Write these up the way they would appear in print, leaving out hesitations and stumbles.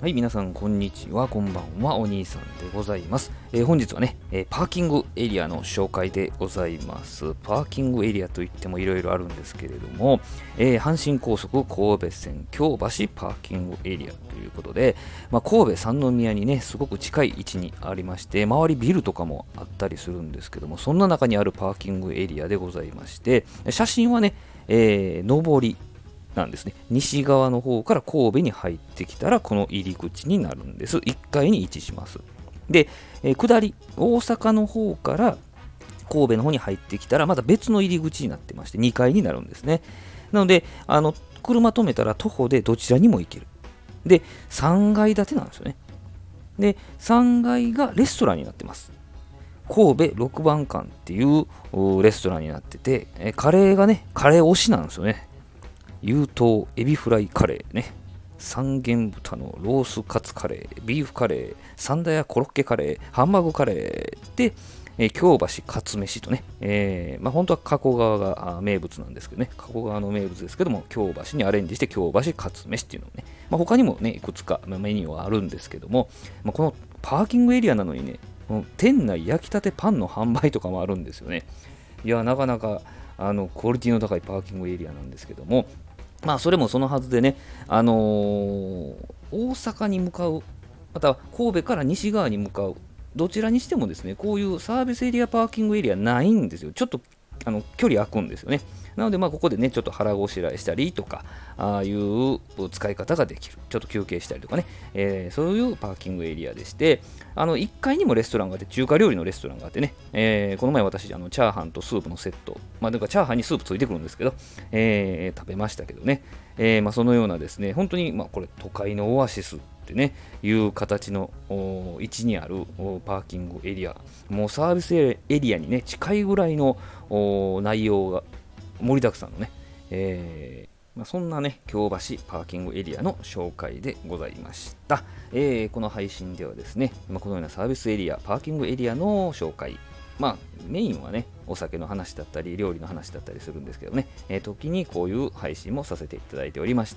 はい、皆さんこんにちは、こんばんは、お兄さんでございます。本日はね、パーキングエリアの紹介でございます。パーキングエリアといってもいろいろあるんですけれども、阪神高速神戸線京橋パーキングエリアということで、神戸三宮にね、すごく近い位置にありまして、周りビルとかもあったりするんですけども、そんな中にあるパーキングエリアでございまして、写真はね、上りなんですね。西側の方から神戸に入ってきたらこの入り口になるんです。1階に位置します。で、下り大阪の方から神戸の方に入ってきたらまた別の入り口になってまして2階になるんですね。なので車止めたら徒歩でどちらにも行ける。で3階建てなんですよね。で3階がレストランになってます。神戸6番館っていうレストランになってて、カレーがねカレー推しなんですよね。有頭エビフライカレーね、三元豚のロースカツカレー、ビーフカレー、三田屋コロッケカレー、ハンバーグカレーで、京橋カツ飯とね、本当は加古川が名物なんですけどね、加古川の名物ですけども、京橋にアレンジして京橋カツ飯っていうのをね、他にもね、いくつかメニューはあるんですけども、このパーキングエリアなのにね、店内焼きたてパンの販売とかもあるんですよね。いや、なかなかクオリティの高いパーキングエリアなんですけども、それもそのはずでね、大阪に向かう、または神戸から西側に向かう、どちらにしてもですね、こういうサービスエリアパーキングエリアないんですよ。ちょっと距離空くんですよね。なので、ここでね、ちょっと腹ごしらえしたりとか、ああいう使い方ができる。ちょっと休憩したりとかね、そういうパーキングエリアでして、1階にもレストランがあって、中華料理のレストランがあってね、この前私、チャーハンとスープのセット、だからチャーハンにスープついてくるんですけど、食べましたけどね、そのようなですね、本当に、これ、都会のオアシスってね、いう形の位置にあるパーキングエリア、もうサービスエリアにね、近いぐらいの内容が盛りだくさんのね、そんなね、京橋パーキングエリアの紹介でございました。この配信ではですね、このようなサービスエリア、パーキングエリアの紹介、メインはね、お酒の話だったり、料理の話だったりするんですけどね、時にこういう配信もさせていただいておりまして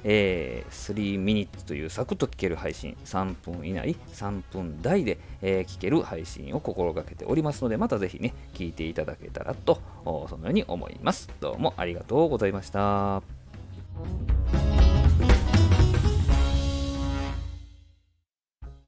、3ミニッツというサクッと聞ける配信、3分以内、3分台で、聞ける配信を心がけておりますので、またぜひね、聞いていただけたらと、そのように思います。どうもありがとうございました。